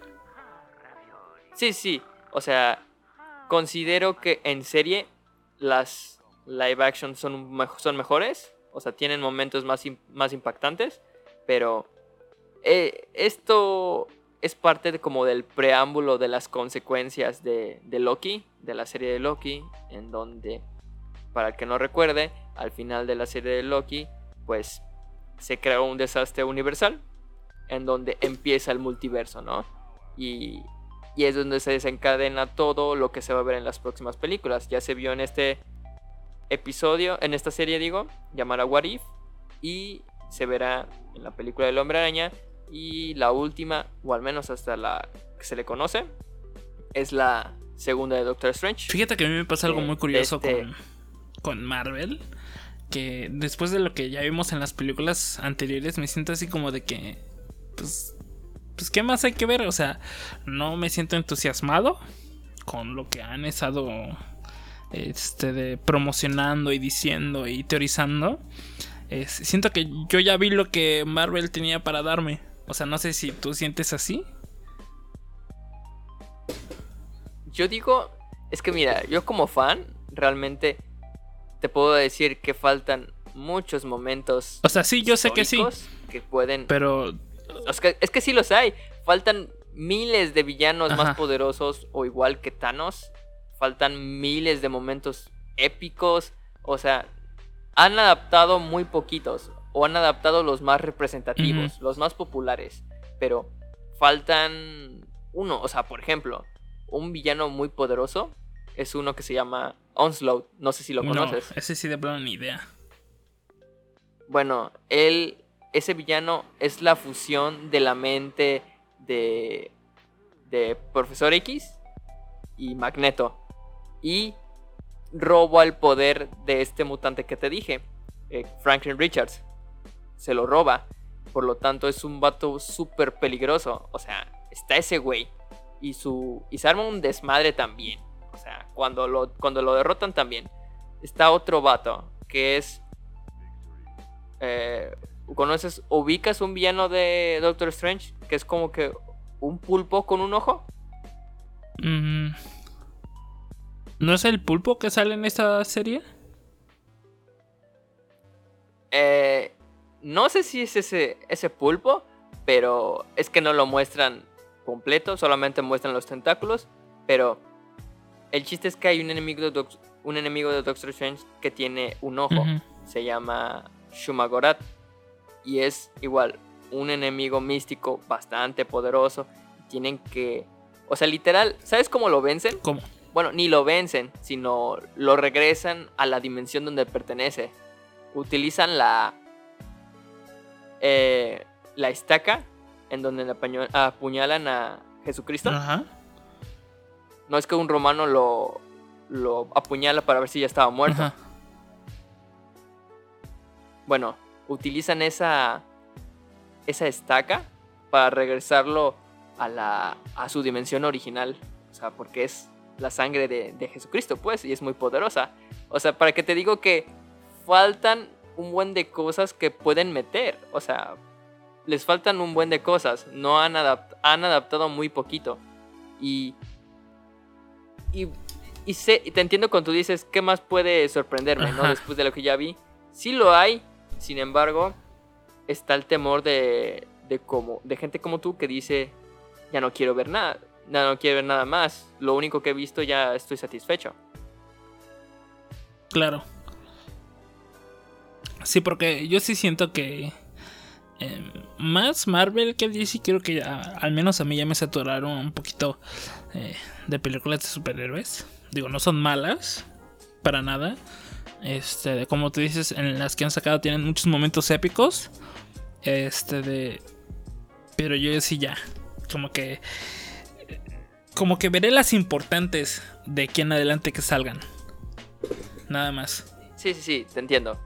Sí, sí, o sea, considero que en serie las live action son, mej- son mejores, o sea, tienen momentos más, im- más impactantes, pero eh, esto es parte de, como del preámbulo de las consecuencias de, de Loki, de la serie de Loki, en donde, para el que no recuerde, al final de la serie de Loki, pues se creó un desastre universal, en donde empieza el multiverso, ¿no? Y, y es donde se desencadena todo lo que se va a ver en las próximas películas. Ya se vio en este episodio, en esta serie digo, llamada What If, y se verá en la película del Hombre Araña, y la última, o al menos hasta la que se le conoce, es la segunda de Doctor Strange. Fíjate que a mí me pasa algo De- muy curioso de este- con, con Marvel, que después de lo que ya vimos en las películas anteriores me siento así como de que pues pues qué más hay que ver, o sea, no me siento entusiasmado con lo que han estado este de promocionando y diciendo y teorizando. Eh, siento que yo ya vi lo que Marvel tenía para darme. O sea, no sé si tú sientes así. Yo digo, es que mira, yo como fan, realmente te puedo decir que faltan muchos momentos. O sea, sí, yo sé que sí, históricos que pueden. pero Es que, es que sí los hay. Faltan miles de villanos Ajá. más poderosos o igual que Thanos. Faltan miles de momentos épicos. O sea, han adaptado muy poquitos. O han adaptado los más representativos, Ujú. los más populares. Pero faltan uno. O sea, por ejemplo, un villano muy poderoso es uno que se llama Onslaught. No sé si lo no, conoces. ese sí de plano ni idea. Bueno, él, ese villano es la fusión de la mente de, de Profesor X y Magneto. Y roba el poder de este mutante que te dije, eh, Franklin Richards. Se lo roba. Por lo tanto, es un vato súper peligroso. O sea, está ese güey. Y, su, y se arma un desmadre también. O sea, cuando lo, cuando lo derrotan también. Está otro vato que es... Eh, ¿Conoces? ¿Ubicas un villano de Doctor Strange? Que es como que un pulpo con un ojo. Mm, ¿No es el pulpo que sale en esta serie? Eh, no sé si es ese, ese pulpo, pero es que no lo muestran completo, solamente muestran los tentáculos. Pero el chiste es que hay un enemigo de, Doc- un enemigo de Doctor Strange que tiene un ojo. Uh-huh. Se llama Shumagorat. Y es igual un enemigo místico bastante poderoso. Tienen que... O sea, literal, ¿sabes cómo lo vencen? ¿Cómo? Bueno, ni lo vencen, sino lo regresan a la dimensión donde pertenece. Utilizan la... Eh, la estaca en donde apaño- apuñalan a Jesucristo. Ajá. No es que un romano lo, lo apuñala para ver si ya estaba muerto. Ajá. Bueno, utilizan esa esa estaca para regresarlo a la a su dimensión original. O sea, porque es la sangre de, de Jesucristo, pues, y es muy poderosa. O sea, para que te digo que faltan un buen de cosas que pueden meter. O sea, les faltan un buen de cosas. No han, adapt- han adaptado muy poquito. Y... Y, y, sé, y te entiendo cuando tú dices, ¿qué más puede sorprenderme, no? Ajá. Después de lo que ya vi. Sí lo hay, sin embargo, está el temor de, de, como, de gente como tú que dice, ya no quiero ver nada, ya no quiero ver nada más. Lo único que he visto ya estoy satisfecho. Claro. Sí, porque yo sí siento que eh, más Marvel que D C, creo que ya, al menos a mí ya me saturaron un poquito eh, de películas de superhéroes. Digo, no son malas, para nada. Este, como tú dices, en las que han sacado tienen muchos momentos épicos. Este, de... Pero yo sí ya, como que... Como que veré las importantes de aquí en adelante que salgan. Nada más. Sí, sí, sí, te entiendo.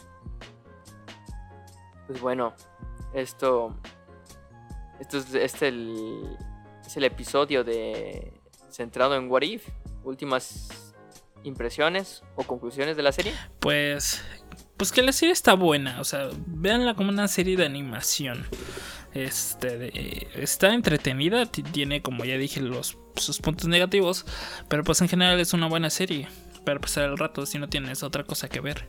Pues bueno, esto... Esto es, este el, es el episodio de centrado en What If. Últimas impresiones o conclusiones de la serie. Pues... Pues que la serie está buena. O sea, véanla como una serie de animación. Este, de, está entretenida. t- Tiene, como ya dije, los, sus puntos negativos. Pero pues en general es una buena serie para pasar el rato si no tienes otra cosa que ver.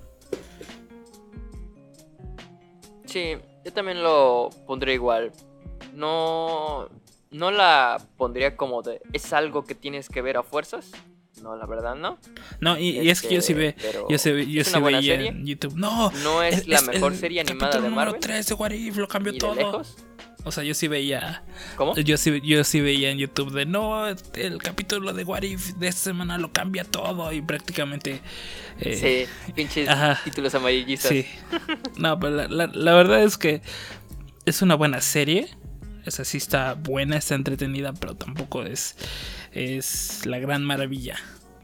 Sí, yo también lo pondría igual. No, no la pondría como de es algo que tienes que ver a fuerzas. No, la verdad no. No, y, y es que yo sí ve, pero yo sí, yo ¿es sí una buena veía serie? en YouTube. No, No es, la mejor serie animada de capítulo Marvel. número tres de What If lo cambió Ni de todo. lejos. O sea, yo sí veía. ¿Cómo? Yo sí, yo sí veía en YouTube de no, el capítulo de What If de esta semana lo cambia todo. Y prácticamente. eh, Sí, pinches ajá. títulos amarillistas. Sí. No, pero la, la- la verdad es que es una buena serie. O sea, sí está buena, está entretenida, pero tampoco es, es la gran maravilla.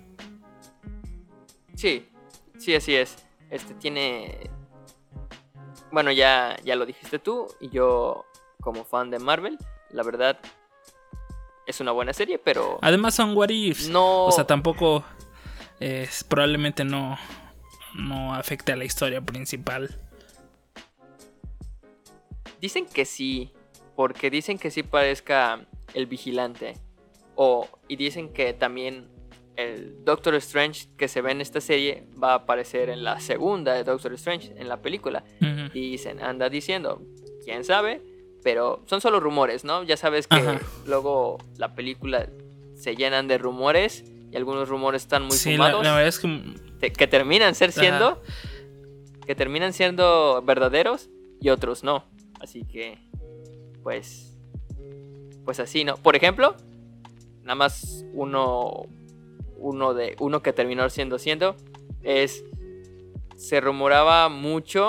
Sí, sí, así es. Este tiene... Bueno, ya, ya lo dijiste tú. Y yo, como fan de Marvel, la verdad, es una buena serie, pero... Además son What Ifs. No... O sea, tampoco eh, probablemente no, no afecte a la historia principal. Dicen que sí, porque dicen que sí parezca el vigilante. O, y dicen que también el Doctor Strange que se ve en esta serie va a aparecer en la segunda de Doctor Strange, en la película. Ujú. Y dicen, anda diciendo, quién sabe, pero son solo rumores, ¿no? Ya sabes que Ajá. luego la película se llenan de rumores y algunos rumores están muy Sí, la, fumados. la verdad es que te- que terminan ser siendo que terminan siendo verdaderos y otros no. Así que pues pues así, ¿no? Por ejemplo, nada más uno uno de uno que terminó siendo siendo es se rumoraba mucho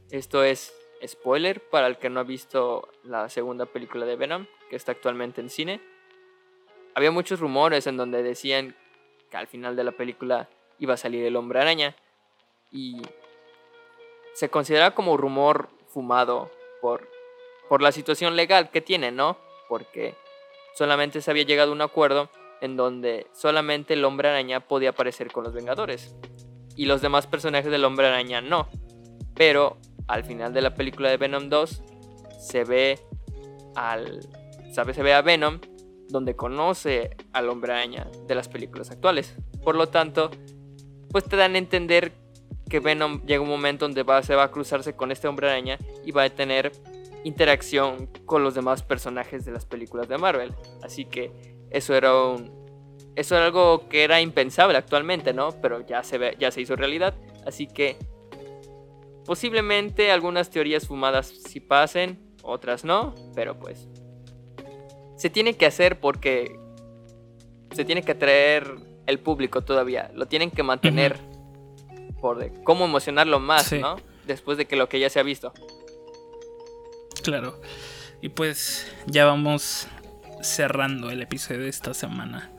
Esto es spoiler para el que no ha visto la segunda película de Venom, que está actualmente en cine. Había muchos rumores en donde decían que al final de la película iba a salir el Hombre Araña. Y se considera como rumor fumado por, por la situación legal que tiene, ¿no? Porque solamente se había llegado a un acuerdo en donde solamente el Hombre Araña podía aparecer con los Vengadores y los demás personajes del Hombre Araña no. Pero al final de la película de Venom dos se ve al ¿sabes? Se ve a Venom donde conoce al Hombre Araña de las películas actuales. Por lo tanto, pues te dan a entender que Venom llega un momento donde va, se va a cruzarse con este Hombre Araña y va a tener interacción con los demás personajes de las películas de Marvel. Así que eso era un eso era algo que era impensable actualmente, ¿no? Pero ya se ve, ya se hizo realidad. Así que posiblemente algunas teorías fumadas sí pasen, otras no, pero pues se tiene que hacer porque se tiene que atraer el público todavía. Lo tienen que mantener uh-huh. por de cómo emocionarlo más, sí. ¿no? Después de que lo que ya se ha visto. Claro. Y pues ya vamos cerrando el episodio de esta semana.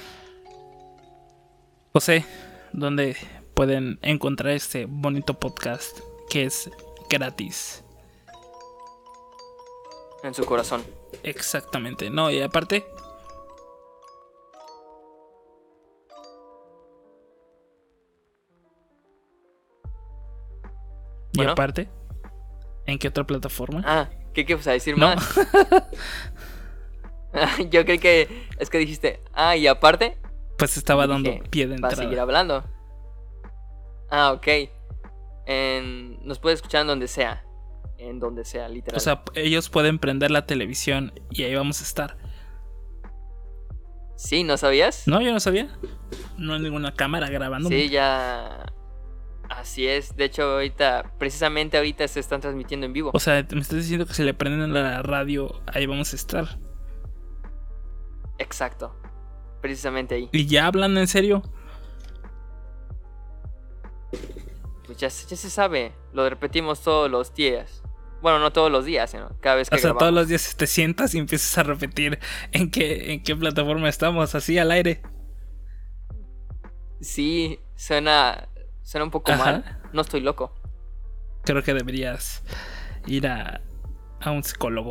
José, ¿dónde pueden encontrar este bonito podcast que es gratis? En su corazón. Exactamente. No, y aparte... Y bueno. aparte, ¿en qué otra plataforma? Ah, ¿qué qué vas a decir ¿No? más? Yo creí que es que dijiste, ah, y aparte. Pues estaba dando dije, pie de entrada. Va a seguir hablando. Ah, ok. En, nos puede escuchar en donde sea. En donde sea, literal. O sea, ellos pueden prender la televisión y ahí vamos a estar. Sí, ¿no sabías? No, yo no sabía. No hay ninguna cámara grabando. Sí, ya. Así es. De hecho, ahorita, precisamente ahorita se están transmitiendo en vivo. O sea, me estás diciendo que si le prenden la radio, ahí vamos a estar. Exacto. Precisamente ahí. ¿Y ya hablan en serio? Pues ya, ya se sabe. Lo repetimos todos los días. Bueno, no todos los días, sino cada vez que O sea, grabamos. todos los días te sientas y empiezas a repetir en qué, en qué plataforma estamos, así al aire. Sí, suena, suena un poco Ajá. mal. No estoy loco. Creo que deberías ir a, a un psicólogo.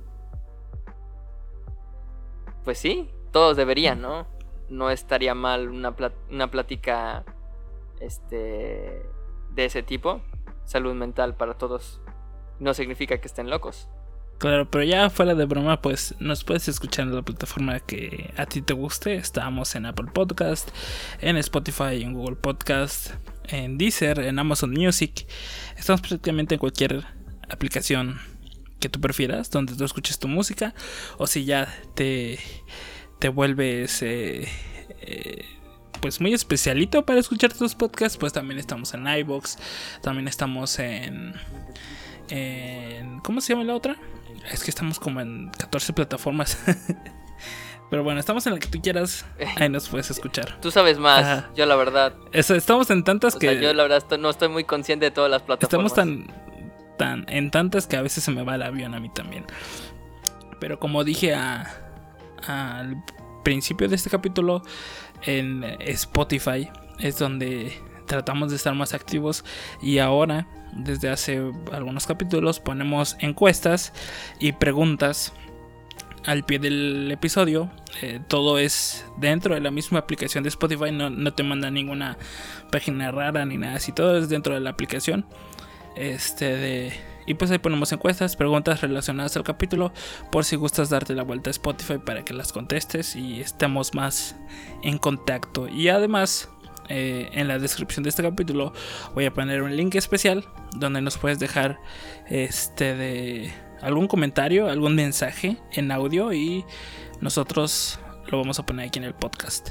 Pues sí, todos deberían, ¿no? No estaría mal una, plat- una plática este, de ese tipo. Salud mental para todos. No significa que estén locos. Claro, pero ya fuera de broma, pues nos puedes escuchar en la plataforma que a ti te guste. Estamos en Apple Podcast, en Spotify, en Google Podcast, en Deezer, en Amazon Music. Estamos prácticamente en cualquier aplicación que tú prefieras, donde tú escuches tu música. O si ya te, te vuelves eh, eh, pues muy especialito para escuchar tus podcasts, pues también estamos en iVoox. También estamos en, en ¿cómo se llama la otra? Es que estamos como en catorce plataformas. Pero bueno, estamos en la que tú quieras. Ahí nos puedes escuchar. Tú sabes más. Ajá. Yo la verdad. Eso, estamos en tantas o que... sea, yo la verdad estoy, no estoy muy consciente de todas las plataformas. Estamos tan, tan en tantas que a veces se me va el avión a mí también. Pero como dije a, a, al principio de este capítulo, en Spotify es donde tratamos de estar más activos. Y ahora, desde hace algunos capítulos, ponemos encuestas y preguntas al pie del episodio. Eh, todo es dentro de la misma aplicación de Spotify. No, no te manda ninguna página rara ni nada así. Todo es dentro de la aplicación. Este de... Y pues ahí ponemos encuestas, preguntas relacionadas al capítulo, por si gustas darte la vuelta a Spotify para que las contestes y estemos más en contacto. Y además, eh, en la descripción de este capítulo voy a poner un link especial donde nos puedes dejar este de algún comentario, algún mensaje en audio y nosotros lo vamos a poner aquí en el podcast.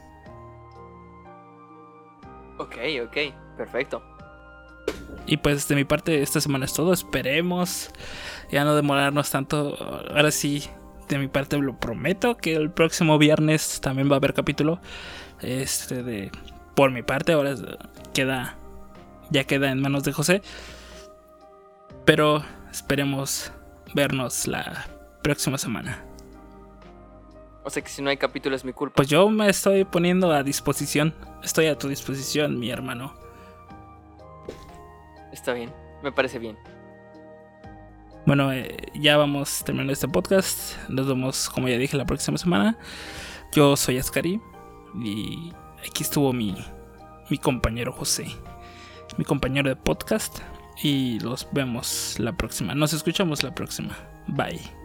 Ok, ok, perfecto. Y pues de mi parte esta semana es todo. Esperemos ya no demorarnos tanto. Ahora sí, de mi parte lo prometo que el próximo viernes también va a haber capítulo. Este de por mi parte ahora queda ya queda en manos de José. Pero esperemos vernos la próxima semana. O sea que si no hay capítulo es mi culpa. Pues yo me estoy poniendo a disposición. Estoy a tu disposición, mi hermano. Está bien, me parece bien. Bueno, eh, ya vamos terminando este podcast. Nos vemos, como ya dije, la próxima semana. Yo soy Ascari y aquí estuvo mi, mi compañero José, mi compañero de podcast. Y los vemos la próxima. Nos escuchamos la próxima. Bye.